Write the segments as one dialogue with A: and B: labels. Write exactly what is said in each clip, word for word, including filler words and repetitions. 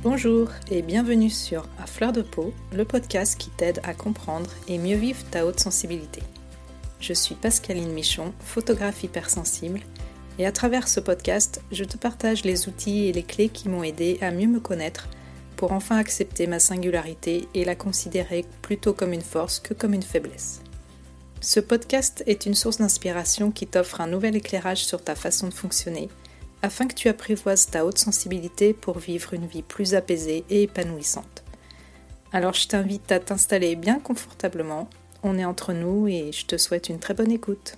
A: Bonjour et bienvenue sur À Fleur de Peau, le podcast qui t'aide à comprendre et mieux vivre ta haute sensibilité. Je suis Pascaline Michon, photographe hypersensible, et à travers ce podcast, je te partage les outils et les clés qui m'ont aidé à mieux me connaître pour enfin accepter ma singularité et la considérer plutôt comme une force que comme une faiblesse. Ce podcast est une source d'inspiration qui t'offre un nouvel éclairage sur ta façon de fonctionner, afin que tu apprivoises ta haute sensibilité pour vivre une vie plus apaisée et épanouissante. Alors je t'invite à t'installer bien confortablement, on est entre nous et je te souhaite une très bonne écoute.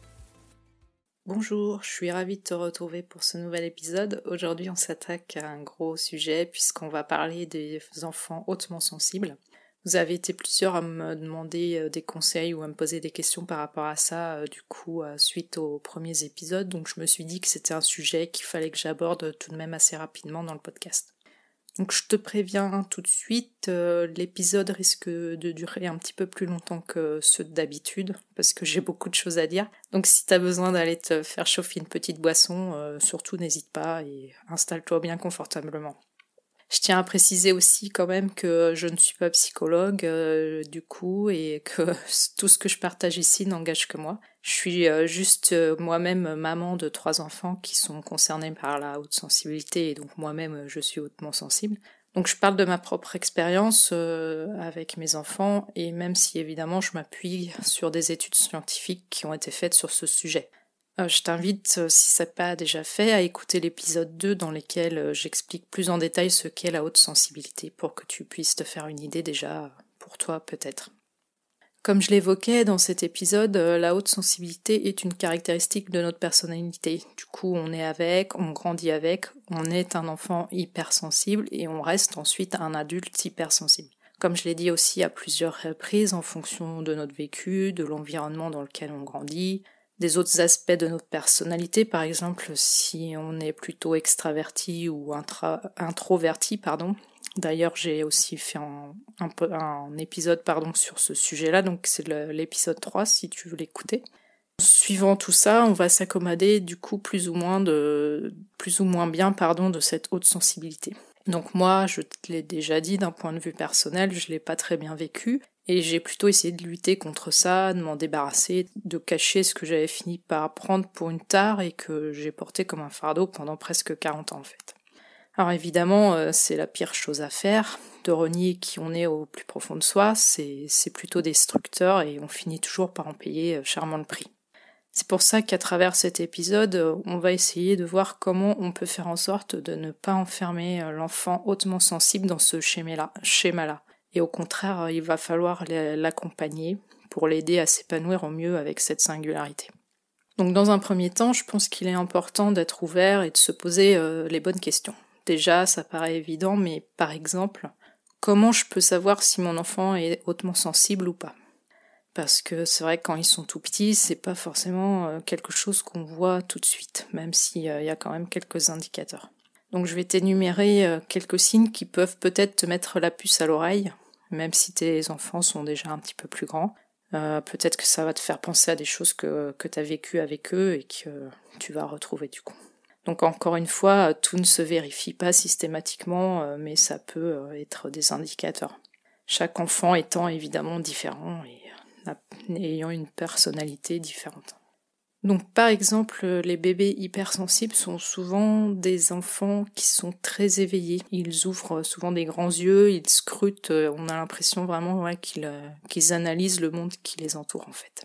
A: Bonjour, je suis ravie de te retrouver pour ce nouvel épisode. Aujourd'hui on s'attaque à un gros sujet puisqu'on va parler des enfants hautement sensibles. Vous avez été plusieurs à me demander des conseils ou à me poser des questions par rapport à ça, du coup, suite aux premiers épisodes. Donc je me suis dit que c'était un sujet qu'il fallait que j'aborde tout de même assez rapidement dans le podcast. Donc je te préviens tout de suite, euh, l'épisode risque de durer un petit peu plus longtemps que ceux d'habitude, parce que j'ai beaucoup de choses à dire. Donc si t'as besoin d'aller te faire chauffer une petite boisson, euh, surtout n'hésite pas et installe-toi bien confortablement. Je tiens à préciser aussi quand même que je ne suis pas psychologue euh, du coup et que tout ce que je partage ici n'engage que moi. Je suis euh, juste euh, moi-même maman de trois enfants qui sont concernés par la haute sensibilité et donc moi-même je suis hautement sensible. Donc je parle de ma propre expérience euh, avec mes enfants et même si évidemment je m'appuie sur des études scientifiques qui ont été faites sur ce sujet. Euh, je t'invite, euh, si ça n'est pas déjà fait, à écouter l'épisode deux dans lequel euh, j'explique plus en détail ce qu'est la haute sensibilité pour que tu puisses te faire une idée déjà pour toi peut-être. Comme je l'évoquais dans cet épisode, euh, la haute sensibilité est une caractéristique de notre personnalité. Du coup, on est avec, on grandit avec, on est un enfant hypersensible et on reste ensuite un adulte hypersensible. Comme je l'ai dit aussi à plusieurs reprises, en fonction de notre vécu, de l'environnement dans lequel on grandit, des autres aspects de notre personnalité, par exemple si on est plutôt extraverti ou intra, introverti, pardon. D'ailleurs, j'ai aussi fait un, un, un épisode pardon, sur ce sujet-là, donc c'est le, l'épisode trois si tu veux l'écouter. Suivant tout ça, on va s'accommoder du coup plus ou moins de plus ou moins bien pardon, de cette haute sensibilité. Donc moi, je te l'ai déjà dit, d'un point de vue personnel, je l'ai pas très bien vécu. Et j'ai plutôt essayé de lutter contre ça, de m'en débarrasser, de cacher ce que j'avais fini par prendre pour une tare et que j'ai porté comme un fardeau pendant presque quarante ans en fait. Alors évidemment, euh, c'est la pire chose à faire, de renier qui on est au plus profond de soi, c'est, c'est plutôt destructeur et on finit toujours par en payer euh, chèrement le prix. C'est pour ça qu'à travers cet épisode, euh, on va essayer de voir comment on peut faire en sorte de ne pas enfermer euh, l'enfant hautement sensible dans ce schéma-là. schéma-là. Et au contraire, il va falloir l'accompagner pour l'aider à s'épanouir au mieux avec cette singularité. Donc dans un premier temps, je pense qu'il est important d'être ouvert et de se poser euh, les bonnes questions. Déjà, ça paraît évident, mais par exemple, comment je peux savoir si mon enfant est hautement sensible ou pas ? Parce que c'est vrai que quand ils sont tout petits, c'est pas forcément euh, quelque chose qu'on voit tout de suite, même s'il euh, y a quand même quelques indicateurs. Donc je vais t'énumérer euh, quelques signes qui peuvent peut-être te mettre la puce à l'oreille, même si tes enfants sont déjà un petit peu plus grands. Euh, peut-être que ça va te faire penser à des choses que, que tu as vécues avec eux et que tu vas retrouver du coup. Donc encore une fois, tout ne se vérifie pas systématiquement, euh, mais ça peut euh, être des indicateurs. Chaque enfant étant évidemment différent et euh, ayant une personnalité différente. Donc par exemple, les bébés hypersensibles sont souvent des enfants qui sont très éveillés. Ils ouvrent souvent des grands yeux, ils scrutent, on a l'impression vraiment ouais, qu'ils, euh, qu'ils analysent le monde qui les entoure en fait.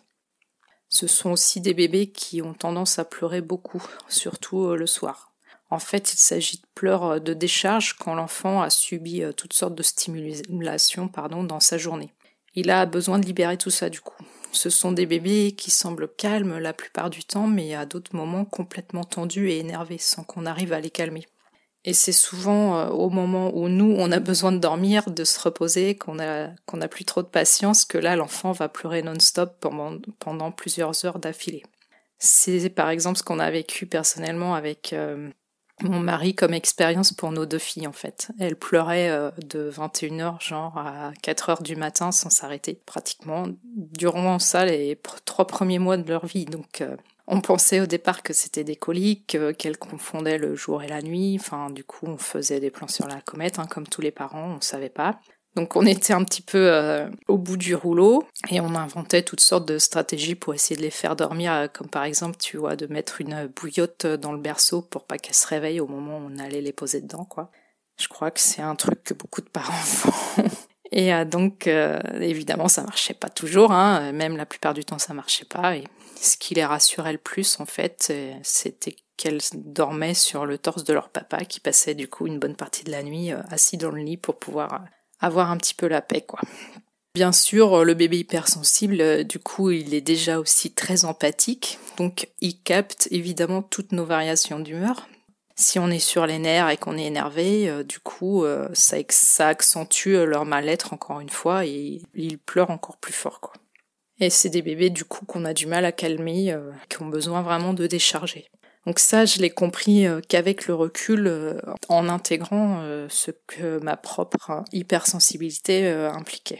A: Ce sont aussi des bébés qui ont tendance à pleurer beaucoup, surtout euh, le soir. En fait, il s'agit de pleurs de décharge quand l'enfant a subi euh, toutes sortes de stimulations pardon, dans sa journée. Il a besoin de libérer tout ça du coup. Ce sont des bébés qui semblent calmes la plupart du temps, mais à d'autres moments complètement tendus et énervés, sans qu'on arrive à les calmer. Et c'est souvent euh, au moment où nous, on a besoin de dormir, de se reposer, qu'on a, qu'on a plus trop de patience, que là, l'enfant va pleurer non-stop pendant, pendant plusieurs heures d'affilée. C'est par exemple ce qu'on a vécu personnellement avec euh, mon mari comme expérience pour nos deux filles en fait. Elles pleuraient euh, de vingt et une heures genre à quatre heures du matin sans s'arrêter pratiquement durant ça les pr- trois premiers mois de leur vie. Donc euh, On pensait au départ que c'était des coliques, euh, qu'elle confondait le jour et la nuit, enfin du coup on faisait des plans sur la comète, hein, comme tous les parents, on savait pas. Donc on était un petit peu euh, au bout du rouleau et on inventait toutes sortes de stratégies pour essayer de les faire dormir, euh, comme par exemple, tu vois, de mettre une bouillotte dans le berceau pour pas qu'elles se réveillent au moment où on allait les poser dedans, quoi. Je crois que c'est un truc que beaucoup de parents font. Et euh, donc, euh, évidemment, ça marchait pas toujours, hein. Même la plupart du temps, ça marchait pas. Et ce qui les rassurait le plus, en fait, c'était qu'elles dormaient sur le torse de leur papa, qui passait du coup une bonne partie de la nuit euh, assis dans le lit pour pouvoir euh, avoir un petit peu la paix, quoi. Bien sûr, le bébé hypersensible, euh, du coup, il est déjà aussi très empathique, donc il capte évidemment toutes nos variations d'humeur. Si on est sur les nerfs et qu'on est énervé, euh, du coup, euh, ça, ça accentue leur mal-être encore une fois et ils pleurent encore plus fort, quoi. Et c'est des bébés, du coup, qu'on a du mal à calmer, euh, qui ont besoin vraiment de décharger. Donc ça, je l'ai compris euh, qu'avec le recul, euh, en intégrant euh, ce que ma propre hypersensibilité euh, impliquait.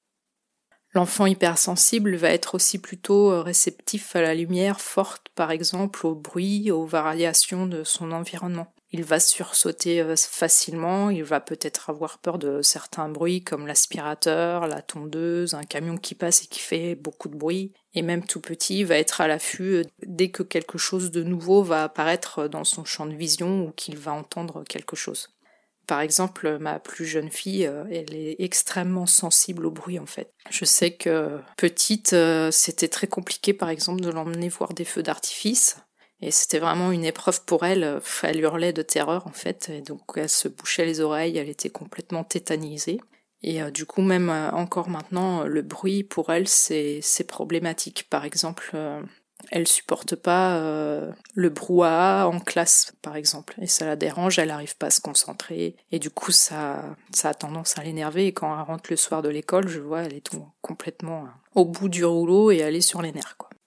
A: L'enfant hypersensible va être aussi plutôt réceptif à la lumière forte, par exemple, au bruit, aux variations de son environnement. Il va sursauter facilement, il va peut-être avoir peur de certains bruits comme l'aspirateur, la tondeuse, un camion qui passe et qui fait beaucoup de bruit. Et même tout petit, il va être à l'affût dès que quelque chose de nouveau va apparaître dans son champ de vision ou qu'il va entendre quelque chose. Par exemple, ma plus jeune fille, elle est extrêmement sensible au bruit en fait. Je sais que petite, c'était très compliqué par exemple de l'emmener voir des feux d'artifice. Et c'était vraiment une épreuve pour elle. Elle hurlait de terreur en fait. Et donc elle se bouchait les oreilles, elle était complètement tétanisée. Et euh, du coup, même euh, encore maintenant, le bruit pour elle, c'est, c'est problématique. Par exemple, euh, elle supporte pas euh, le brouhaha en classe, par exemple, et ça la dérange, elle n'arrive pas à se concentrer, et du coup ça, ça a tendance à l'énerver, et quand elle rentre le soir de l'école, je vois, elle est tout, complètement au bout du rouleau, et elle est sur les nerfs, quoi.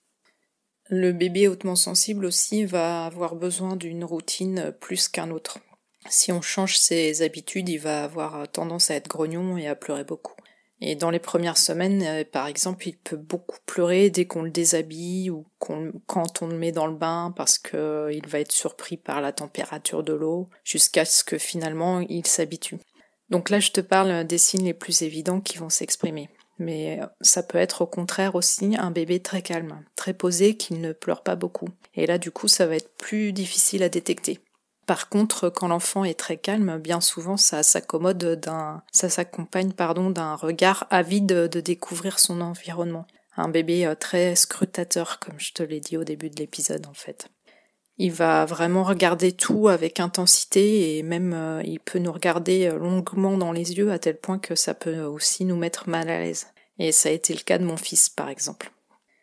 A: Le bébé hautement sensible aussi va avoir besoin d'une routine plus qu'un autre. Si on change ses habitudes, il va avoir tendance à être grognon et à pleurer beaucoup. Et dans les premières semaines, euh, par exemple, il peut beaucoup pleurer dès qu'on le déshabille ou qu'on, quand on le met dans le bain parce que euh, il va être surpris par la température de l'eau jusqu'à ce que finalement il s'habitue. Donc là, je te parle des signes les plus évidents qui vont s'exprimer. Mais ça peut être au contraire aussi un bébé très calme, très posé, qui ne pleure pas beaucoup. Et là, du coup, ça va être plus difficile à détecter. Par contre, quand l'enfant est très calme, bien souvent ça s'accommode d'un, ça s'accompagne pardon d'un regard avide de découvrir son environnement. Un bébé très scrutateur, comme je te l'ai dit au début de l'épisode en fait. Il va vraiment regarder tout avec intensité et même euh, il peut nous regarder longuement dans les yeux à tel point que ça peut aussi nous mettre mal à l'aise. Et ça a été le cas de mon fils par exemple.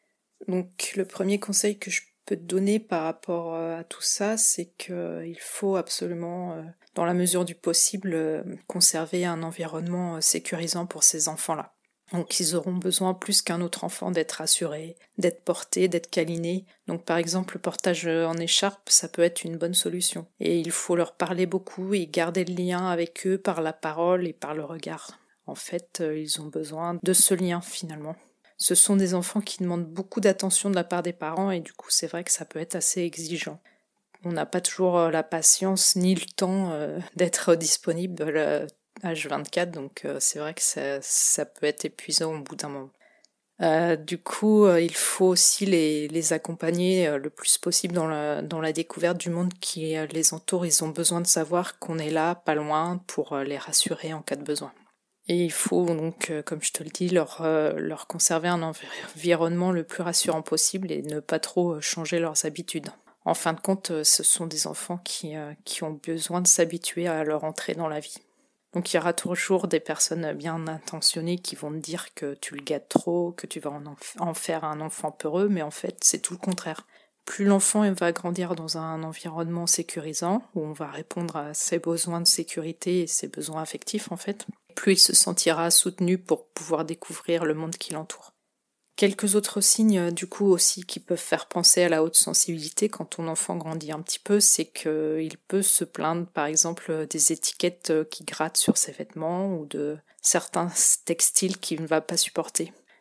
A: Donc le premier conseil que je peux te donner par rapport à tout ça, c'est qu'il faut absolument, dans la mesure du possible, conserver un environnement sécurisant pour ces enfants-là. Donc ils auront besoin plus qu'un autre enfant d'être rassurés, d'être portés, d'être câlinés. Donc par exemple le portage en écharpe, ça peut être une bonne solution. Et il faut leur parler beaucoup et garder le lien avec eux par la parole et par le regard. En fait, ils ont besoin de ce lien finalement. Ce sont des enfants qui demandent beaucoup d'attention de la part des parents et du coup c'est vrai que ça peut être assez exigeant. On n'a pas toujours la patience ni le temps euh, d'être disponible euh, H vingt-quatre, donc euh, c'est vrai que ça, ça peut être épuisant au bout d'un moment. Euh, du coup, euh, il faut aussi les, les accompagner euh, le plus possible dans la, dans la découverte du monde qui euh, les entoure. Ils ont besoin de savoir qu'on est là, pas loin, pour euh, les rassurer en cas de besoin. Et il faut donc, comme je te le dis, leur, euh, leur conserver un environnement le plus rassurant possible et ne pas trop changer leurs habitudes. En fin de compte, ce sont des enfants qui, euh, qui ont besoin de s'habituer à leur entrée dans la vie. Donc il y aura toujours des personnes bien intentionnées qui vont te dire que tu le gâtes trop, que tu vas en, en faire un enfant peureux, mais en fait c'est tout le contraire. Plus l'enfant va grandir dans un environnement sécurisant, où on va répondre à ses besoins de sécurité et ses besoins affectifs en fait, plus il se sentira soutenu pour pouvoir découvrir le monde qui l'entoure. Quelques autres signes du coup aussi qui peuvent faire penser à la haute sensibilité quand ton enfant grandit un petit peu, c'est qu'il peut se plaindre par exemple des étiquettes qui grattent sur ses vêtements ou de certains textiles qu'il ne va pas supporter.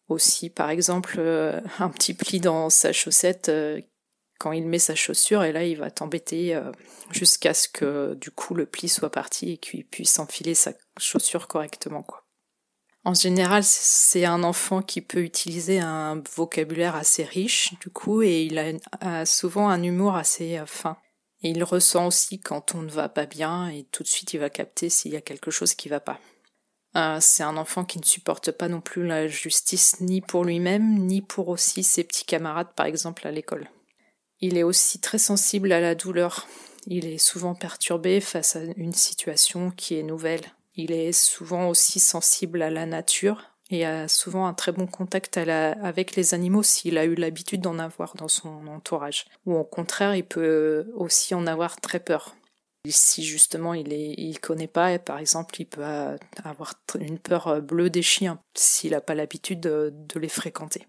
A: Aussi, par exemple, euh, un petit pli dans sa chaussette euh, quand il met sa chaussure, et là, il va t'embêter euh, jusqu'à ce que, du coup, le pli soit parti et qu'il puisse enfiler sa chaussure correctement, quoi. En général, c'est un enfant qui peut utiliser un vocabulaire assez riche, du coup, et il a, une- a souvent un humour assez euh, fin. Et il ressent aussi quand on ne va pas bien, et tout de suite, il va capter s'il y a quelque chose qui va pas. Euh, c'est un enfant qui ne supporte pas non plus la justice ni pour lui-même, ni pour aussi ses petits camarades, par exemple, à l'école. Il est aussi très sensible à la douleur. Il est souvent perturbé face à une situation qui est nouvelle. Il est souvent aussi sensible à la nature et a souvent un très bon contact à la- avec les animaux s'il a eu l'habitude d'en avoir dans son entourage. Ou au contraire, il peut aussi en avoir très peur. Si justement il est, il connaît pas, et par exemple, il peut avoir une peur bleue des chiens s'il n'a pas l'habitude de, de les fréquenter.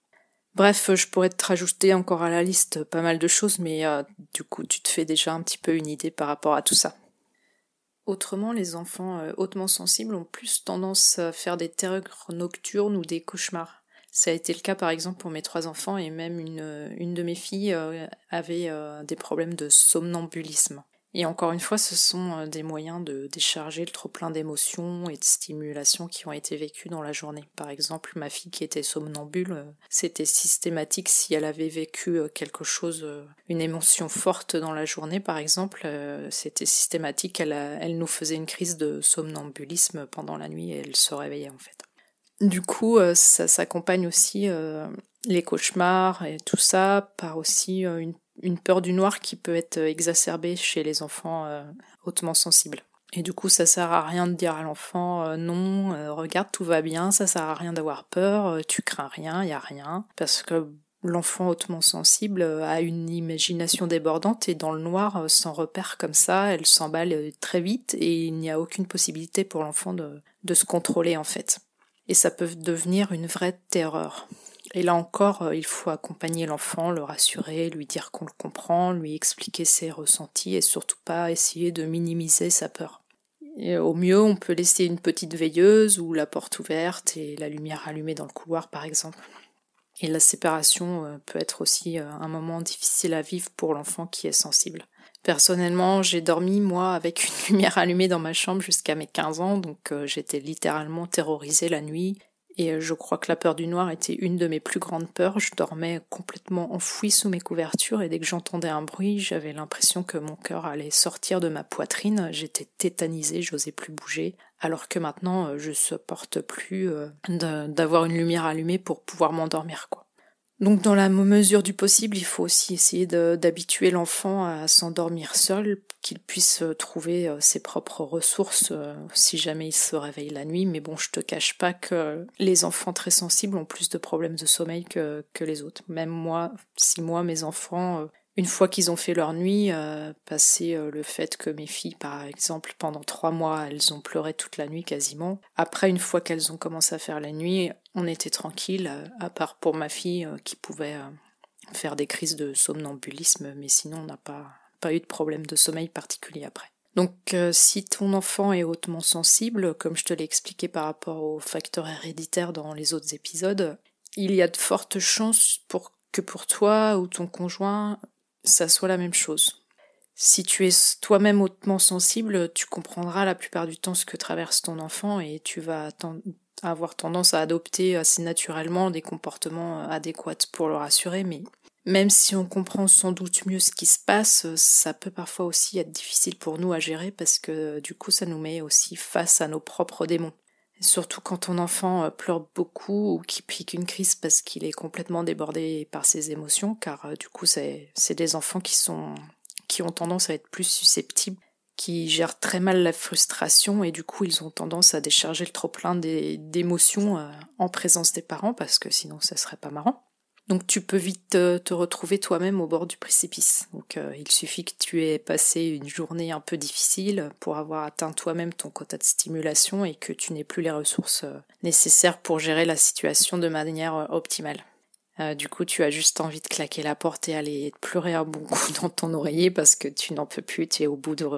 A: Bref, je pourrais te rajouter encore à la liste pas mal de choses, mais euh, du coup, tu te fais déjà un petit peu une idée par rapport à tout ça. Autrement, les enfants euh, hautement sensibles ont plus tendance à faire des terreurs nocturnes ou des cauchemars. Ça a été le cas par exemple pour mes trois enfants, et même une, une de mes filles euh, avait euh, des problèmes de somnambulisme. Et encore une fois, ce sont euh, des moyens de décharger le trop-plein d'émotions et de stimulations qui ont été vécues dans la journée. Par exemple, ma fille qui était somnambule, euh, c'était systématique si elle avait vécu euh, quelque chose, euh, une émotion forte dans la journée, par exemple, euh, c'était systématique, elle, a- elle nous faisait une crise de somnambulisme pendant la nuit et elle se réveillait en fait. Du coup, euh, ça s'accompagne aussi euh, les cauchemars et tout ça par aussi euh, une, une peur du noir qui peut être exacerbée chez les enfants euh, hautement sensibles. Et du coup, ça sert à rien de dire à l'enfant euh, non, euh, regarde, tout va bien, ça sert à rien d'avoir peur, euh, tu crains rien, il y a rien, parce que l'enfant hautement sensible euh, a une imagination débordante et dans le noir, euh, sans repère comme ça, elle s'emballe euh, très vite et il n'y a aucune possibilité pour l'enfant de, de se contrôler en fait. Et ça peut devenir une vraie terreur. Et là encore, euh, il faut accompagner l'enfant, le rassurer, lui dire qu'on le comprend, lui expliquer ses ressentis et surtout pas essayer de minimiser sa peur. Et au mieux, on peut laisser une petite veilleuse ou la porte ouverte et la lumière allumée dans le couloir par exemple. Et la séparation euh, peut être aussi euh, un moment difficile à vivre pour l'enfant qui est sensible. Personnellement, j'ai dormi, moi, avec une lumière allumée dans ma chambre jusqu'à mes quinze ans, donc euh, j'étais littéralement terrorisée la nuit. Et euh, je crois que la peur du noir était une de mes plus grandes peurs. Je dormais complètement enfouie sous mes couvertures et dès que j'entendais un bruit, j'avais l'impression que mon cœur allait sortir de ma poitrine. J'étais tétanisée, j'osais plus bouger. Alors que maintenant, euh, je supporte plus euh, de- d'avoir une lumière allumée pour pouvoir m'endormir, quoi. Donc dans la mesure du possible, il faut aussi essayer de- d'habituer l'enfant à s'endormir seul, qu'il puisse euh, trouver euh, ses propres ressources euh, si jamais il se réveille la nuit. Mais bon, je te cache pas que les enfants très sensibles ont plus de problèmes de sommeil que, que les autres. Même moi, si moi, mes enfants, euh, une fois qu'ils ont fait leur nuit, euh, passé euh, le fait que mes filles, par exemple, pendant trois mois, elles ont pleuré toute la nuit quasiment. Après, une fois qu'elles ont commencé à faire la nuit, on était tranquille, euh, à part pour ma fille euh, qui pouvait euh, faire des crises de somnambulisme, mais sinon on n'a pas, pas eu de problème de sommeil particulier après. Donc euh, si ton enfant est hautement sensible, comme je te l'ai expliqué par rapport aux facteurs héréditaires dans les autres épisodes, il y a de fortes chances pour que pour toi ou ton conjoint, ça soit la même chose. Si tu es toi-même hautement sensible, tu comprendras la plupart du temps ce que traverse ton enfant et tu vas avoir tendance à adopter assez naturellement des comportements adéquats pour le rassurer, mais même si on comprend sans doute mieux ce qui se passe, ça peut parfois aussi être difficile pour nous à gérer parce que du coup ça nous met aussi face à nos propres démons. Et surtout quand ton enfant pleure beaucoup ou qu'il pique une crise parce qu'il est complètement débordé par ses émotions, car du coup c'est, c'est des enfants qui sont qui ont tendance à être plus susceptibles, qui gèrent très mal la frustration et du coup ils ont tendance à décharger le trop-plein des, d'émotions euh, en présence des parents parce que sinon ça serait pas marrant. Donc tu peux vite te, te retrouver toi-même au bord du précipice. Donc euh, il suffit que tu aies passé une journée un peu difficile pour avoir atteint toi-même ton quota de stimulation et que tu n'aies plus les ressources euh, nécessaires pour gérer la situation de manière euh, optimale. Euh, du coup, tu as juste envie de claquer la porte et aller pleurer un bon coup dans ton oreiller parce que tu n'en peux plus, tu es au bout de rouleau.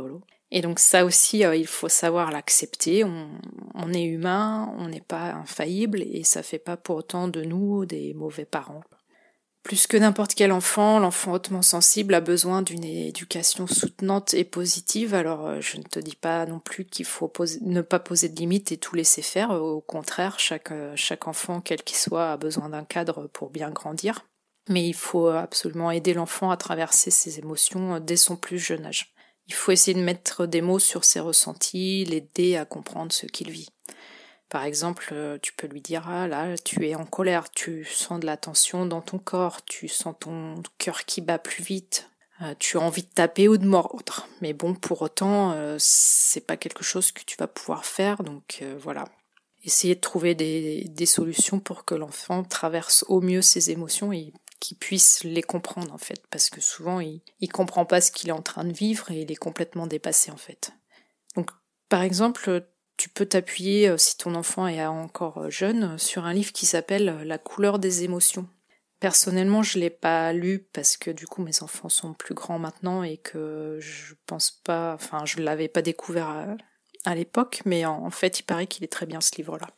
A: Et donc ça aussi, euh, il faut savoir l'accepter. On, on est humain, on n'est pas infaillible et ça fait pas pour autant de nous des mauvais parents. Plus que n'importe quel enfant, l'enfant hautement sensible a besoin d'une éducation soutenante et positive. Alors euh, je ne te dis pas non plus qu'il faut poser, ne pas poser de limites et tout laisser faire. Au contraire, chaque, euh, chaque enfant, quel qu'il soit, a besoin d'un cadre pour bien grandir. Mais il faut absolument aider l'enfant à traverser ses émotions dès son plus jeune âge. Il faut essayer de mettre des mots sur ses ressentis, l'aider à comprendre ce qu'il vit. Par exemple, tu peux lui dire « Ah là, tu es en colère, tu sens de la tension dans ton corps, tu sens ton cœur qui bat plus vite, euh, tu as envie de taper ou de mordre. Mais bon, pour autant, euh, c'est pas quelque chose que tu vas pouvoir faire, donc euh, voilà. » Essayer de trouver des, des solutions pour que l'enfant traverse au mieux ses émotions et qu'il puisse les comprendre en fait, parce que souvent il, il comprend pas ce qu'il est en train de vivre et il est complètement dépassé en fait. Donc par exemple, tu peux t'appuyer, si ton enfant est encore jeune, sur un livre qui s'appelle La couleur des émotions. Personnellement, je l'ai pas lu parce que du coup mes enfants sont plus grands maintenant et que je pense pas, enfin je l'avais pas découvert à, à l'époque, mais en, en fait il paraît qu'il est très bien ce livre-là.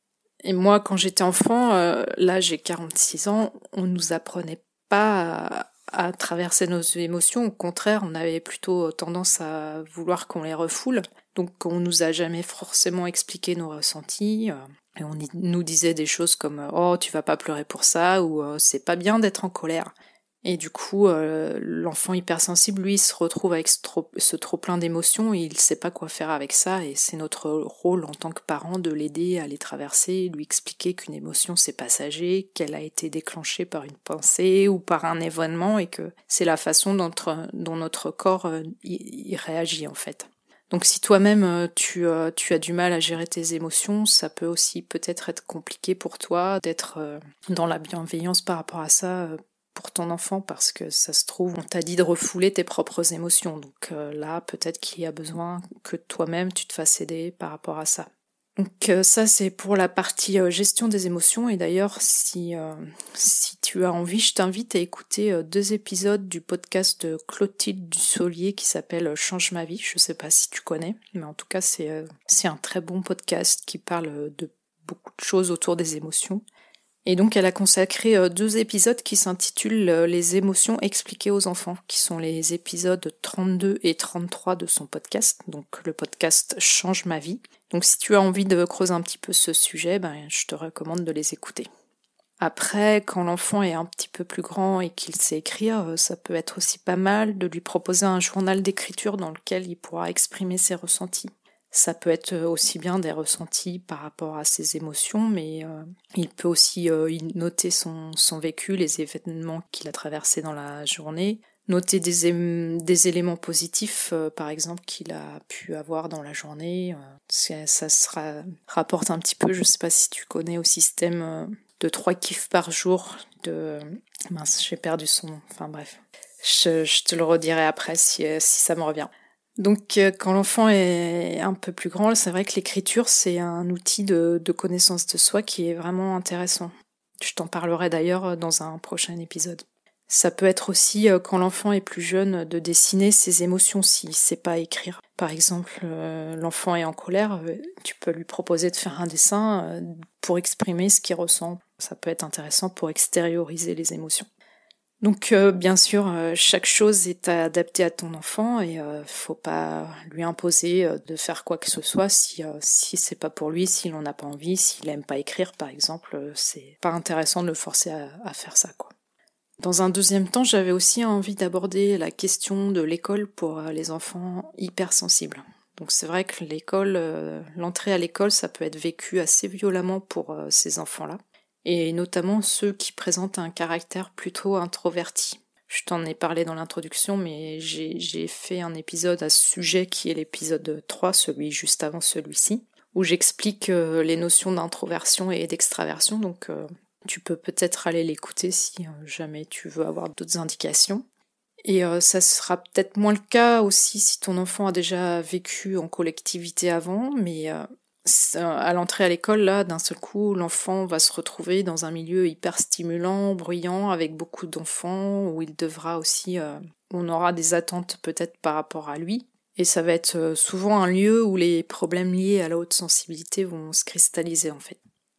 A: Et moi, quand j'étais enfant, euh, là j'ai quarante-six ans, on nous apprenait pas à, à traverser nos émotions. Au contraire, on avait plutôt tendance à vouloir qu'on les refoule. Donc on nous a jamais forcément expliqué nos ressentis. Euh, et on y, nous disait des choses comme « Oh, tu vas pas pleurer pour ça » ou « C'est pas bien d'être en colère ». Et du coup, euh, l'enfant hypersensible, lui, se retrouve avec ce trop, ce trop plein d'émotions et il sait pas quoi faire avec ça. Et c'est notre rôle en tant que parent de l'aider à les traverser, lui expliquer qu'une émotion c'est passager, qu'elle a été déclenchée par une pensée ou par un événement et que c'est la façon dont, dont notre corps euh, y, y réagit en fait. Donc si toi-même tu, euh, tu as du mal à gérer tes émotions, ça peut aussi peut-être être compliqué pour toi d'être euh, dans la bienveillance par rapport à ça. Euh, pour ton enfant parce que ça se trouve on t'a dit de refouler tes propres émotions donc euh, là peut-être qu'il y a besoin que toi-même tu te fasses aider par rapport à ça. Donc euh, ça c'est pour la partie euh, gestion des émotions et d'ailleurs si, euh, si tu as envie je t'invite à écouter euh, deux épisodes du podcast de Clotilde Dussolier qui s'appelle Change ma vie, je sais pas si tu connais mais en tout cas c'est, euh, c'est un très bon podcast qui parle de beaucoup de choses autour des émotions. Et donc elle a consacré deux épisodes qui s'intitulent Les émotions expliquées aux enfants, qui sont les épisodes trente-deux et trente-trois de son podcast, donc le podcast Change ma vie. Donc si tu as envie de creuser un petit peu ce sujet, ben, je te recommande de les écouter. Après, quand l'enfant est un petit peu plus grand et qu'il sait écrire, ça peut être aussi pas mal de lui proposer un journal d'écriture dans lequel il pourra exprimer ses ressentis. Ça peut être aussi bien des ressentis par rapport à ses émotions, mais euh, il peut aussi euh, noter son, son vécu, les événements qu'il a traversés dans la journée, noter des, é- des éléments positifs, euh, par exemple, qu'il a pu avoir dans la journée. Euh, ça, ça se ra- rapporte un petit peu, je sais pas si tu connais, au système euh, de trois kiffs par jour de... Mince, j'ai perdu son nom, enfin bref. Je, je te le redirai après si, si ça me revient. Donc quand l'enfant est un peu plus grand, c'est vrai que l'écriture c'est un outil de, de connaissance de soi qui est vraiment intéressant. Je t'en parlerai d'ailleurs dans un prochain épisode. Ça peut être aussi quand l'enfant est plus jeune de dessiner ses émotions s'il sait pas écrire. Par exemple, l'enfant est en colère, tu peux lui proposer de faire un dessin pour exprimer ce qu'il ressent. Ça peut être intéressant pour extérioriser les émotions. Donc euh, bien sûr, euh, chaque chose est adaptée à ton enfant et euh, faut pas lui imposer euh, de faire quoi que ce soit si euh, si c'est pas pour lui, s'il en a pas envie, s'il aime pas écrire par exemple, euh, c'est pas intéressant de le forcer à, à faire ça quoi. Dans un deuxième temps, j'avais aussi envie d'aborder la question de l'école pour euh, les enfants hypersensibles. Donc c'est vrai que l'école, euh, l'entrée à l'école, ça peut être vécu assez violemment pour euh, ces enfants-là. Et notamment ceux qui présentent un caractère plutôt introverti. Je t'en ai parlé dans l'introduction, mais j'ai, j'ai fait un épisode à ce sujet qui est l'épisode trois, celui juste avant celui-ci, où j'explique euh, les notions d'introversion et d'extraversion, donc euh, tu peux peut-être aller l'écouter si euh, jamais tu veux avoir d'autres indications. Et euh, ça sera peut-être moins le cas aussi si ton enfant a déjà vécu en collectivité avant, mais... Euh, à l'entrée à l'école, là, d'un seul coup, l'enfant va se retrouver dans un milieu hyper stimulant, bruyant, avec beaucoup d'enfants, où il devra aussi... Euh, on aura des attentes peut-être par rapport à lui. Et ça va être souvent un lieu où les problèmes liés à la haute sensibilité vont se cristalliser en fait.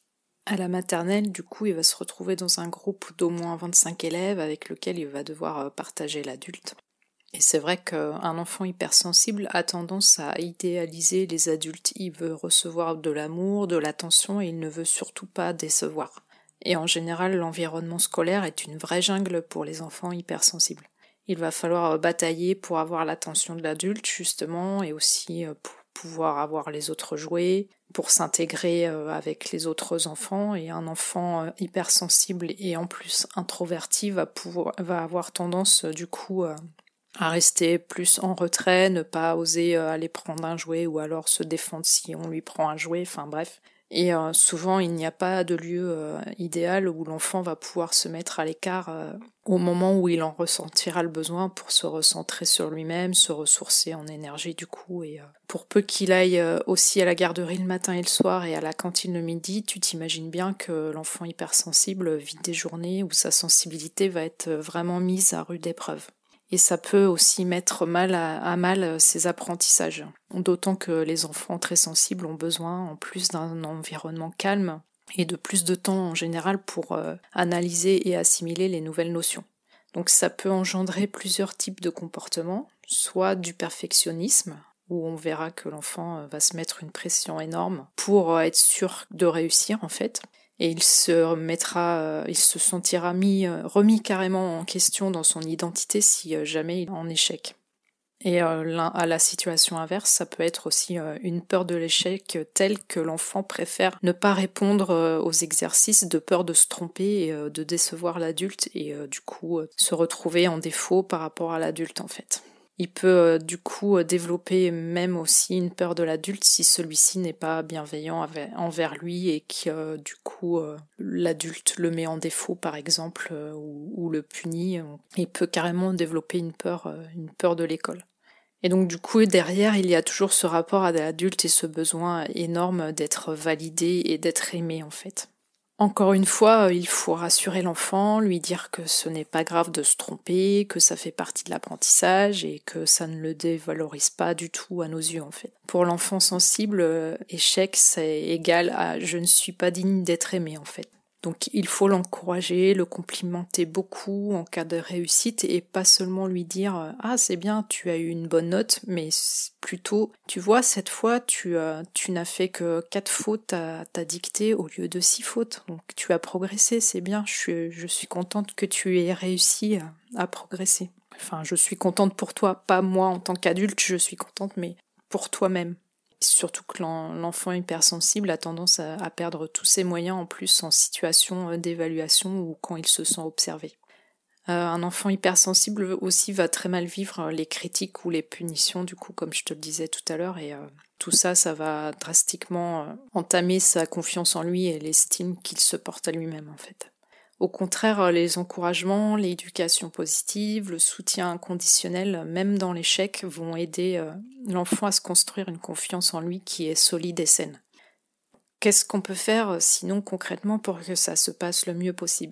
A: À la maternelle, du coup, il va se retrouver dans un groupe d'au moins vingt-cinq élèves avec lequel il va devoir partager l'adulte. Et c'est vrai qu'un enfant hypersensible a tendance à idéaliser les adultes. Il veut recevoir de l'amour, de l'attention et il ne veut surtout pas décevoir. Et en général, l'environnement scolaire est une vraie jungle pour les enfants hypersensibles. Il va falloir batailler pour avoir l'attention de l'adulte, justement, et aussi pour pouvoir avoir les autres jouets, pour s'intégrer avec les autres enfants. Et un enfant hypersensible et en plus introverti va, pouvoir, va avoir tendance, du coup, à rester plus en retrait, ne pas oser aller prendre un jouet ou alors se défendre si on lui prend un jouet, enfin bref. Et euh, souvent, il n'y a pas de lieu euh, idéal où l'enfant va pouvoir se mettre à l'écart euh, au moment où il en ressentira le besoin pour se recentrer sur lui-même, se ressourcer en énergie du coup. Et euh, pour peu qu'il aille euh, aussi à la garderie le matin et le soir et à la cantine le midi, tu t'imagines bien que l'enfant hypersensible vit des journées où sa sensibilité va être vraiment mise à rude épreuve. Et ça peut aussi mettre mal à, à mal ses apprentissages. D'autant que les enfants très sensibles ont besoin, en plus d'un environnement calme, et de plus de temps en général pour euh, analyser et assimiler les nouvelles notions. Donc ça peut engendrer plusieurs types de comportements, soit du perfectionnisme, où on verra que l'enfant va se mettre une pression énorme pour être sûr de réussir en fait. Et il se mettra, euh, il se sentira mis, euh, remis carrément en question dans son identité si euh, jamais il est en échec. Et euh, à la situation inverse, ça peut être aussi euh, une peur de l'échec telle que l'enfant préfère ne pas répondre euh, aux exercices de peur de se tromper et euh, de décevoir l'adulte et euh, du coup euh, se retrouver en défaut par rapport à l'adulte en fait. Il peut euh, du coup euh, développer même aussi une peur de l'adulte si celui-ci n'est pas bienveillant envers lui et que euh, du coup euh, l'adulte le met en défaut par exemple euh, ou, ou le punit. Il peut carrément développer une peur, euh, une peur de l'école. Et donc du coup derrière il y a toujours ce rapport à l'adulte et ce besoin énorme d'être validé et d'être aimé en fait. Encore une fois, il faut rassurer l'enfant, lui dire que ce n'est pas grave de se tromper, que ça fait partie de l'apprentissage et que ça ne le dévalorise pas du tout à nos yeux en fait. Pour l'enfant sensible, échec c'est égal à je ne suis pas digne d'être aimé en fait. Donc il faut l'encourager, le complimenter beaucoup en cas de réussite et pas seulement lui dire « Ah c'est bien, tu as eu une bonne note », mais plutôt « Tu vois, cette fois, tu, euh, tu n'as fait que quatre fautes à ta dictée au lieu de six fautes. Donc tu as progressé, c'est bien, je suis, je suis contente que tu aies réussi à, à progresser. Enfin, je suis contente pour toi, pas moi en tant qu'adulte, je suis contente, mais pour toi-même. » Surtout que l'enfant hypersensible a tendance à, à perdre tous ses moyens en plus en situation d'évaluation ou quand il se sent observé. Euh, un enfant hypersensible aussi va très mal vivre les critiques ou les punitions, du coup, comme je te le disais tout à l'heure, et euh, tout ça, ça va drastiquement euh, entamer sa confiance en lui et l'estime qu'il se porte à lui-même, en fait. Au contraire, les encouragements, l'éducation positive, le soutien inconditionnel, même dans l'échec, vont aider euh, l'enfant à se construire une confiance en lui qui est solide et saine. Qu'est-ce qu'on peut faire sinon concrètement pour que ça se passe le mieux possible ?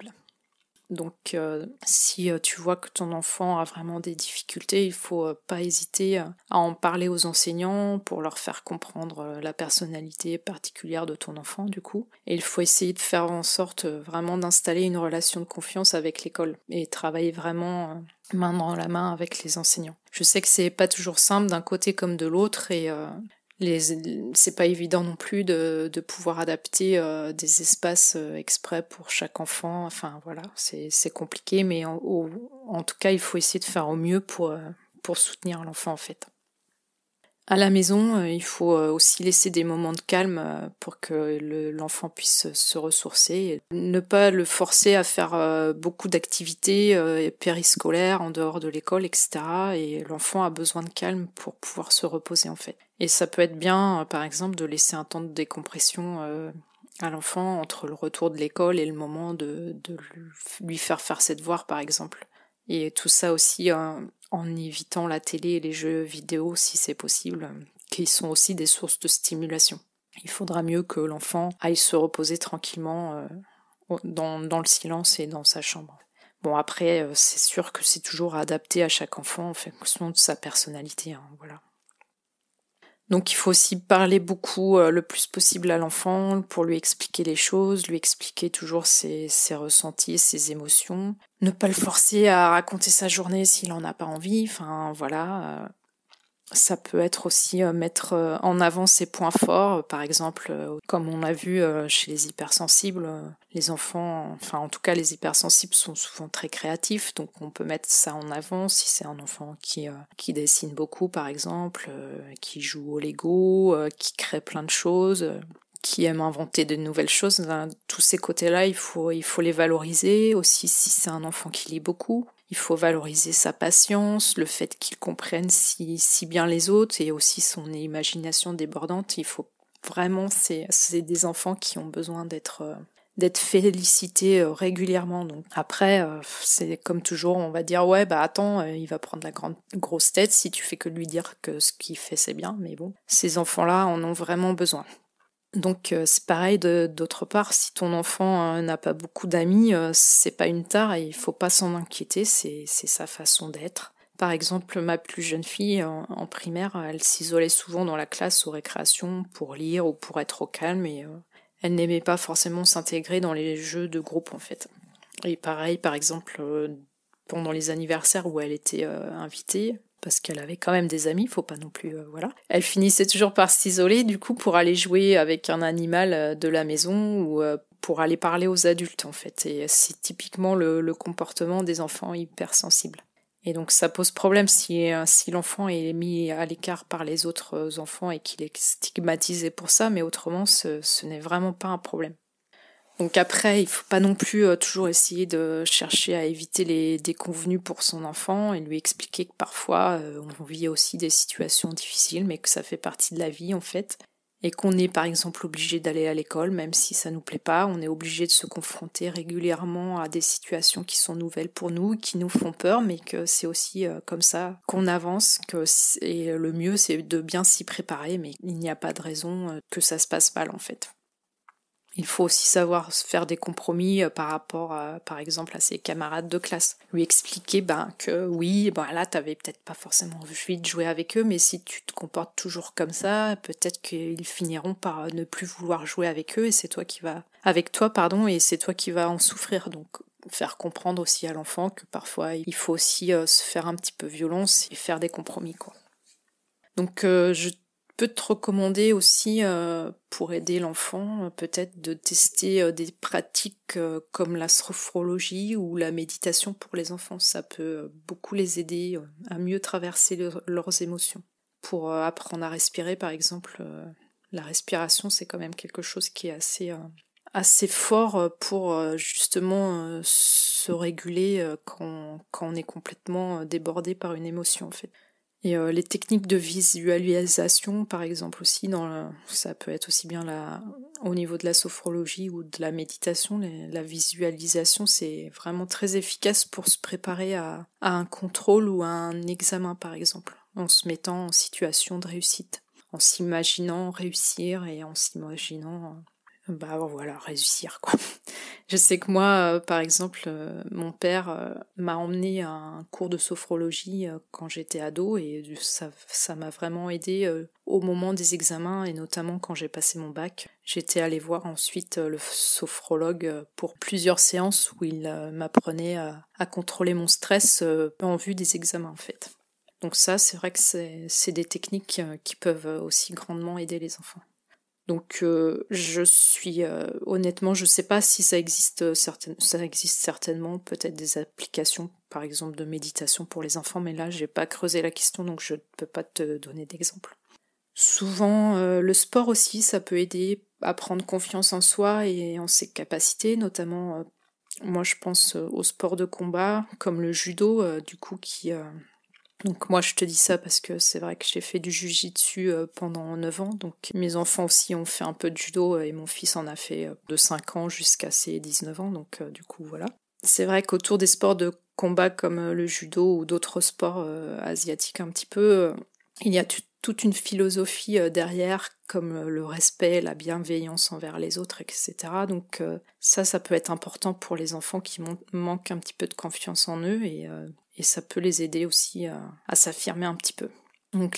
A: Donc euh, si euh, tu vois que ton enfant a vraiment des difficultés, il faut euh, pas hésiter à en parler aux enseignants pour leur faire comprendre euh, la personnalité particulière de ton enfant du coup. Et il faut essayer de faire en sorte euh, vraiment d'installer une relation de confiance avec l'école et travailler vraiment euh, main dans la main avec les enseignants. Je sais que c'est pas toujours simple d'un côté comme de l'autre et euh, Les, c'est pas évident non plus de, de pouvoir adapter euh, des espaces euh, exprès pour chaque enfant. Enfin voilà, c'est, c'est compliqué, mais en, au, en tout cas, il faut essayer de faire au mieux pour, euh, pour soutenir l'enfant en fait. À la maison, euh, il faut euh, aussi laisser des moments de calme euh, pour que le, l'enfant puisse se ressourcer. Ne pas le forcer à faire euh, beaucoup d'activités euh, périscolaires en dehors de l'école, et cetera. Et l'enfant a besoin de calme pour pouvoir se reposer en fait. Et ça peut être bien, euh, par exemple, de laisser un temps de décompression euh, à l'enfant entre le retour de l'école et le moment de, de lui faire faire ses devoirs, par exemple. Et tout ça aussi euh, en évitant la télé et les jeux vidéo si c'est possible, qui sont aussi des sources de stimulation. Il faudra mieux que l'enfant aille se reposer tranquillement euh, dans, dans le silence et dans sa chambre. Bon après, euh, c'est sûr que c'est toujours adapté à chaque enfant en fonction de sa personnalité, hein, voilà. Donc il faut aussi parler beaucoup euh, le plus possible à l'enfant pour lui expliquer les choses, lui expliquer toujours ses, ses ressentis, ses émotions. Ne pas le forcer à raconter sa journée s'il en a pas envie. Enfin voilà. euh, Ça peut être aussi euh, mettre euh, en avant ses points forts, euh, par exemple, euh, comme on a vu euh, chez les hypersensibles, euh, les enfants, enfin en tout cas les hypersensibles sont souvent très créatifs, donc on peut mettre ça en avant si c'est un enfant qui, euh, qui dessine beaucoup par exemple, euh, qui joue au Lego, euh, qui crée plein de choses, euh, qui aime inventer de nouvelles choses. Hein, tous ces côtés-là, il faut, il faut les valoriser. Aussi, si c'est un enfant qui lit beaucoup, il faut valoriser sa patience, le fait qu'il comprenne si, si bien les autres et aussi son imagination débordante. Il faut vraiment, c'est, c'est des enfants qui ont besoin d'être, euh, d'être félicités euh, régulièrement. Donc après, euh, c'est comme toujours, on va dire ouais bah attends, euh, il va prendre la grande grosse tête si tu fais que lui dire que ce qu'il fait c'est bien. Mais bon, ces enfants-là en ont vraiment besoin. Donc euh, c'est pareil de, d'autre part, si ton enfant euh, n'a pas beaucoup d'amis, euh, c'est pas une tare et il faut pas s'en inquiéter, c'est, c'est sa façon d'être. Par exemple, ma plus jeune fille en, en primaire, elle s'isolait souvent dans la classe aux récréations pour lire ou pour être au calme et euh, elle n'aimait pas forcément s'intégrer dans les jeux de groupe en fait. Et pareil, par exemple, euh, pendant les anniversaires où elle était euh, invitée, parce qu'elle avait quand même des amis, faut pas non plus, euh, voilà. Elle finissait toujours par s'isoler, du coup, pour aller jouer avec un animal euh, de la maison ou euh, pour aller parler aux adultes, en fait. Et c'est typiquement le, le comportement des enfants hypersensibles. Et donc ça pose problème si, euh, si l'enfant est mis à l'écart par les autres enfants et qu'il est stigmatisé pour ça, mais autrement, ce, ce n'est vraiment pas un problème. Donc après, il faut pas non plus euh, toujours essayer de chercher à éviter les déconvenus pour son enfant et lui expliquer que parfois euh, on vit aussi des situations difficiles, mais que ça fait partie de la vie en fait, et qu'on est par exemple obligé d'aller à l'école, même si ça nous plaît pas, on est obligé de se confronter régulièrement à des situations qui sont nouvelles pour nous, qui nous font peur, mais que c'est aussi euh, comme ça qu'on avance, que et le mieux c'est de bien s'y préparer, mais il n'y a pas de raison euh, que ça se passe mal en fait. Il faut aussi savoir faire des compromis par rapport, à, par exemple, à ses camarades de classe. Lui expliquer ben, que oui, ben là, t'avais peut-être pas forcément envie de jouer avec eux, mais si tu te comportes toujours comme ça, peut-être qu'ils finiront par ne plus vouloir jouer avec eux, et c'est toi qui vas, avec toi, pardon, et c'est toi qui vas en souffrir. Donc, faire comprendre aussi à l'enfant que parfois, il faut aussi euh, se faire un petit peu violence et faire des compromis, quoi. Donc, euh, je peux te recommander aussi euh, pour aider l'enfant euh, peut-être de tester euh, des pratiques euh, comme la sophrologie ou la méditation pour les enfants. Ça peut euh, beaucoup les aider euh, à mieux traverser le- leurs émotions. Pour euh, apprendre à respirer par exemple, euh, la respiration c'est quand même quelque chose qui est assez, euh, assez fort pour euh, justement euh, se réguler euh, quand, quand on est complètement euh, débordé par une émotion en fait. Et euh, les techniques de visualisation, par exemple aussi, dans le, ça peut être aussi bien la, au niveau de la sophrologie ou de la méditation, les, la visualisation, c'est vraiment très efficace pour se préparer à, à un contrôle ou à un examen, par exemple, en se mettant en situation de réussite, en s'imaginant réussir et en s'imaginant, euh, bah voilà, réussir quoi. Je sais que moi, euh, par exemple, euh, mon père euh, m'a emmené à un cours de sophrologie euh, quand j'étais ado et ça, ça m'a vraiment aidé euh, au moment des examens et notamment quand j'ai passé mon bac. J'étais allée voir ensuite euh, le sophrologue euh, pour plusieurs séances où il euh, m'apprenait à, à contrôler mon stress euh, en vue des examens en fait. Donc ça, c'est vrai que c'est, c'est des techniques euh, qui peuvent aussi grandement aider les enfants. Donc euh, je suis euh, honnêtement, je sais pas si ça existe euh, certaine, ça existe certainement peut-être des applications par exemple de méditation pour les enfants, mais là j'ai pas creusé la question donc je ne peux pas te donner d'exemple. Souvent euh, le sport aussi ça peut aider à prendre confiance en soi et en ses capacités, notamment euh, moi je pense euh, au sport de combat comme le judo euh, du coup qui euh, donc moi je te dis ça parce que c'est vrai que j'ai fait du jiu-jitsu euh, pendant neuf ans, donc mes enfants aussi ont fait un peu de judo euh, et mon fils en a fait euh, de cinq ans jusqu'à ses dix-neuf ans, donc euh, du coup voilà. C'est vrai qu'autour des sports de combat comme euh, le judo ou d'autres sports euh, asiatiques un petit peu, euh, il y a t- toute une philosophie euh, derrière comme euh, le respect, la bienveillance envers les autres, et cetera. Donc euh, ça, ça peut être important pour les enfants qui mon- manquent un petit peu de confiance en eux et euh, et ça peut les aider aussi à, à s'affirmer un petit peu. Donc les,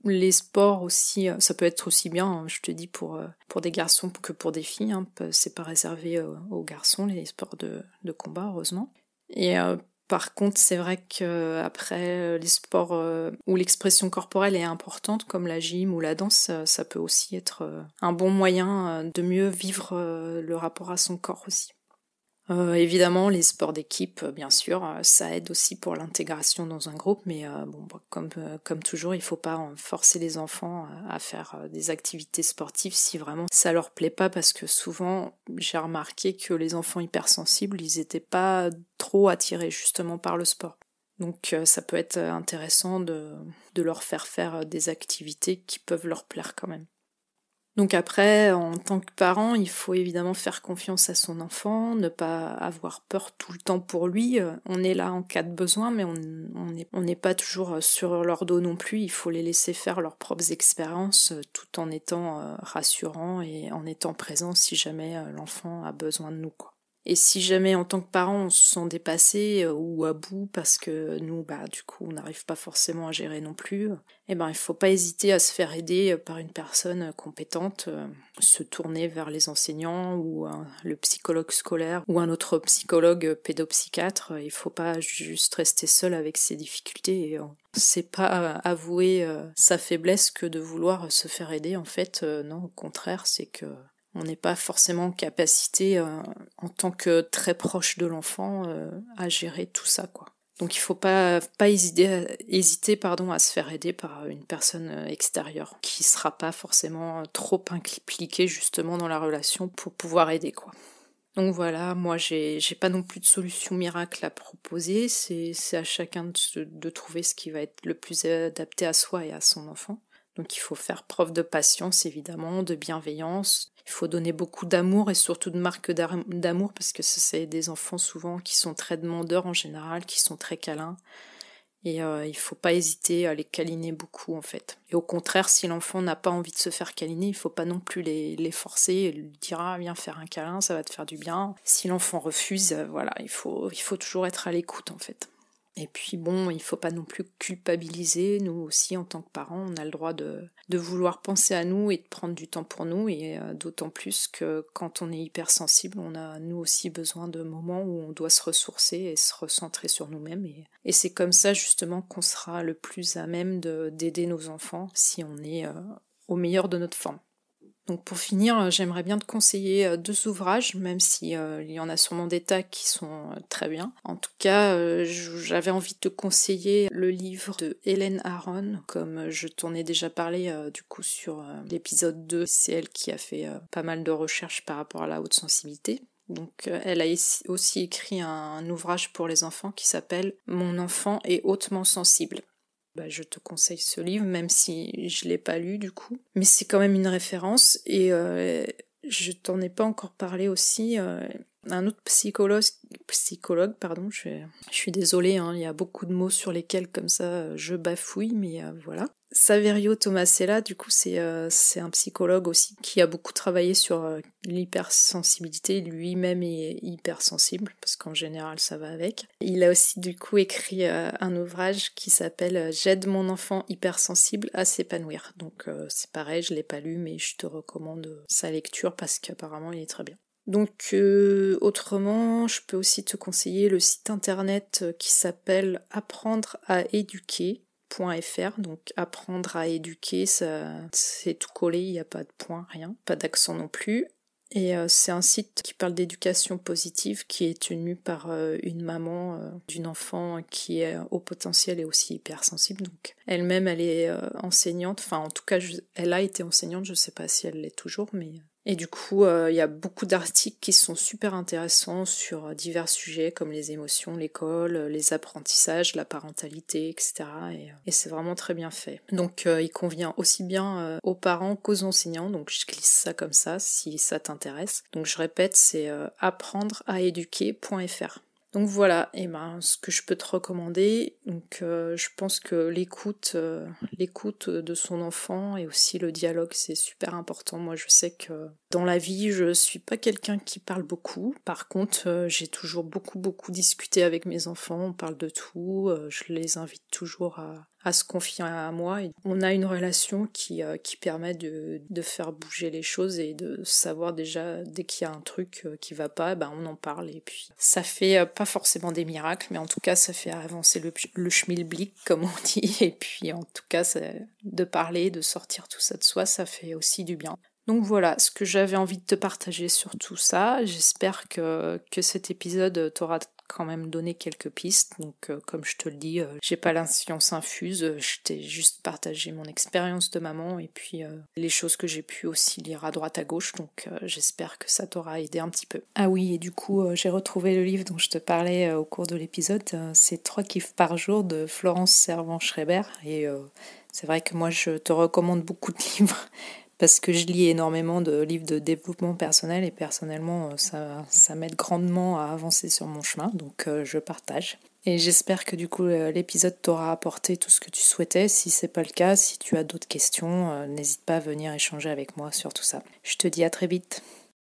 A: Les sports aussi, ça peut être aussi bien, hein, je te dis, pour, pour des garçons que pour des filles. Hein, c'est pas réservé aux garçons, les sports de, de combat, heureusement. Et euh, par contre, c'est vrai qu'après, les sports euh, où l'expression corporelle est importante, comme la gym ou la danse, ça peut aussi être un bon moyen de mieux vivre le rapport à son corps aussi. Euh, évidemment, les sports d'équipe, bien sûr, ça aide aussi pour l'intégration dans un groupe, mais euh, bon, comme, euh, comme toujours, il faut pas forcer les enfants à faire des activités sportives si vraiment ça leur plaît pas, parce que souvent, j'ai remarqué que les enfants hypersensibles, ils étaient pas trop attirés justement par le sport. Donc euh, ça peut être intéressant de, de leur faire faire des activités qui peuvent leur plaire quand même. Donc après, en tant que parent, il faut évidemment faire confiance à son enfant, ne pas avoir peur tout le temps pour lui. On est là en cas de besoin, mais on n'est on n'est pas toujours sur leur dos non plus. Il faut les laisser faire leurs propres expériences tout en étant rassurant et en étant présent si jamais l'enfant a besoin de nous, quoi. Et si jamais en tant que parent on se sent dépassé euh, ou à bout parce que nous, bah du coup, on n'arrive pas forcément à gérer non plus, eh ben il faut pas hésiter à se faire aider par une personne compétente, euh, se tourner vers les enseignants ou euh, le psychologue scolaire ou un autre psychologue pédopsychiatre. Il faut pas juste rester seul avec ses difficultés. Et, euh, c'est pas avouer euh, sa faiblesse que de vouloir se faire aider. En fait, euh, non, au contraire, c'est que on n'est pas forcément en capacité, euh, en tant que très proche de l'enfant, euh, à gérer tout ça, quoi. Donc il faut pas, pas hésiter, hésiter pardon, à se faire aider par une personne extérieure, qui sera pas forcément trop impliquée justement dans la relation pour pouvoir aider, quoi. Donc voilà, moi j'ai, j'ai pas non plus de solution miracle à proposer, c'est, c'est à chacun de, de trouver ce qui va être le plus adapté à soi et à son enfant. Donc il faut faire preuve de patience évidemment, de bienveillance. Il faut donner beaucoup d'amour et surtout de marques d'amour, parce que c'est des enfants souvent qui sont très demandeurs en général, qui sont très câlins. Et euh, il faut pas hésiter à les câliner beaucoup en fait. Et au contraire, si l'enfant n'a pas envie de se faire câliner, il faut pas non plus les, les forcer et lui dire ah viens faire un câlin, ça va te faire du bien. Si l'enfant refuse, euh, voilà, il faut, il faut toujours être à l'écoute en fait. Et puis bon, il faut pas non plus culpabiliser. Nous aussi, en tant que parents, on a le droit de, de vouloir penser à nous et de prendre du temps pour nous. Et euh, d'autant plus que quand on est hypersensible, on a nous aussi besoin de moments où on doit se ressourcer et se recentrer sur nous-mêmes. Et, et c'est comme ça justement qu'on sera le plus à même de, d'aider nos enfants si on est euh, au meilleur de notre forme. Donc pour finir, j'aimerais bien te conseiller deux ouvrages, même si euh, il y en a sûrement des tas qui sont euh, très bien. En tout cas, euh, j'avais envie de te conseiller le livre de Hélène Aron, comme je t'en ai déjà parlé euh, du coup sur euh, l'épisode deux. C'est elle qui a fait euh, pas mal de recherches par rapport à la haute sensibilité. Donc euh, elle a aussi écrit un, un ouvrage pour les enfants qui s'appelle « Mon enfant est hautement sensible ». Bah, je te conseille ce livre, même si je l'ai pas lu du coup. Mais c'est quand même une référence, et euh, je t'en ai pas encore parlé aussi. Euh, un autre psychologue, psychologue pardon, je, je suis désolée, hein, il y a beaucoup de mots sur lesquels comme ça je bafouille, mais euh, voilà. Saverio Tomasella, du coup, c'est euh, c'est un psychologue aussi qui a beaucoup travaillé sur euh, l'hypersensibilité. Lui-même est hypersensible, parce qu'en général, ça va avec. Il a aussi, du coup, écrit euh, un ouvrage qui s'appelle « J'aide mon enfant hypersensible à s'épanouir ». Donc, euh, c'est pareil, je l'ai pas lu, mais je te recommande sa lecture parce qu'apparemment, il est très bien. Donc, euh, autrement, je peux aussi te conseiller le site internet qui s'appelle « Apprendre à éduquer ». .fr, donc apprendre à éduquer, ça, c'est tout collé, il n'y a pas de point, rien, pas d'accent non plus. Et euh, c'est un site qui parle d'éducation positive, qui est tenu par euh, une maman euh, d'une enfant qui est au potentiel et aussi hypersensible. Donc elle-même, elle est euh, enseignante, enfin en tout cas, je, elle a été enseignante, je sais pas si elle l'est toujours, mais... Et du coup, il euh, y a beaucoup d'articles qui sont super intéressants sur divers sujets comme les émotions, l'école, les apprentissages, la parentalité, et cetera. Et, et c'est vraiment très bien fait. Donc euh, il convient aussi bien euh, aux parents qu'aux enseignants, donc je glisse ça comme ça si ça t'intéresse. Donc je répète, c'est euh, apprendre à éduquer.fr. Donc voilà, et ben ce que je peux te recommander, donc euh, je pense que l'écoute, euh, l'écoute de son enfant et aussi le dialogue, c'est super important. Moi, je sais que dans la vie, je suis pas quelqu'un qui parle beaucoup. Par contre, euh, j'ai toujours beaucoup beaucoup discuté avec mes enfants. On parle de tout. Euh, je les invite toujours à, à se confier à moi. Et on a une relation qui, euh, qui permet de, de faire bouger les choses et de savoir déjà, dès qu'il y a un truc euh, qui va pas, ben on en parle. Et puis ça fait euh, pas forcément des miracles, mais en tout cas ça fait avancer le, le schmilblick, comme on dit. Et puis en tout cas, ça, de parler, de sortir tout ça de soi, ça fait aussi du bien. Donc voilà, ce que j'avais envie de te partager sur tout ça. J'espère que, que cet épisode t'aura quand même donné quelques pistes. Donc euh, comme je te le dis, euh, j'ai pas la science infuse, je t'ai juste partagé mon expérience de maman et puis euh, les choses que j'ai pu aussi lire à droite à gauche. Donc euh, j'espère que ça t'aura aidé un petit peu. Ah oui, et du coup euh, j'ai retrouvé le livre dont je te parlais euh, au cours de l'épisode. Euh, c'est Trois kiffs par jour de Florence Servan-Schreiber. Et euh, c'est vrai que moi je te recommande beaucoup de livres. Parce que je lis énormément de livres de développement personnel et personnellement, ça, ça m'aide grandement à avancer sur mon chemin, donc euh, je partage. Et j'espère que du coup l'épisode t'aura apporté tout ce que tu souhaitais. Si c'est pas le cas, si tu as d'autres questions, euh, n'hésite pas à venir échanger avec moi sur tout ça. Je te dis à très vite.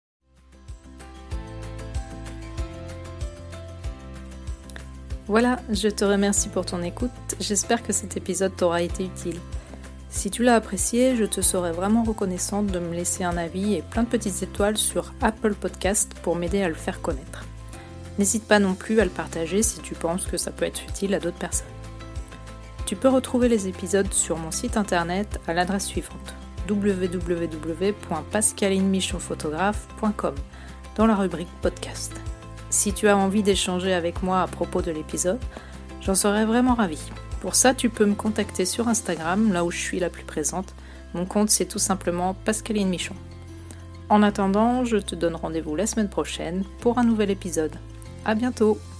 A: Voilà, je te remercie pour ton écoute. J'espère que cet épisode t'aura été utile. Si tu l'as apprécié, je te serais vraiment reconnaissante de me laisser un avis et plein de petites étoiles sur Apple Podcast pour m'aider à le faire connaître. N'hésite pas non plus à le partager si tu penses que ça peut être utile à d'autres personnes. Tu peux retrouver les épisodes sur mon site internet à l'adresse suivante w w w point pascaline michon photographe point com dans la rubrique podcast. Si tu as envie d'échanger avec moi à propos de l'épisode, j'en serais vraiment ravie. Pour ça, tu peux me contacter sur Instagram, là où je suis la plus présente. Mon compte, c'est tout simplement Pascaline Michon. En attendant, je te donne rendez-vous la semaine prochaine pour un nouvel épisode. À bientôt!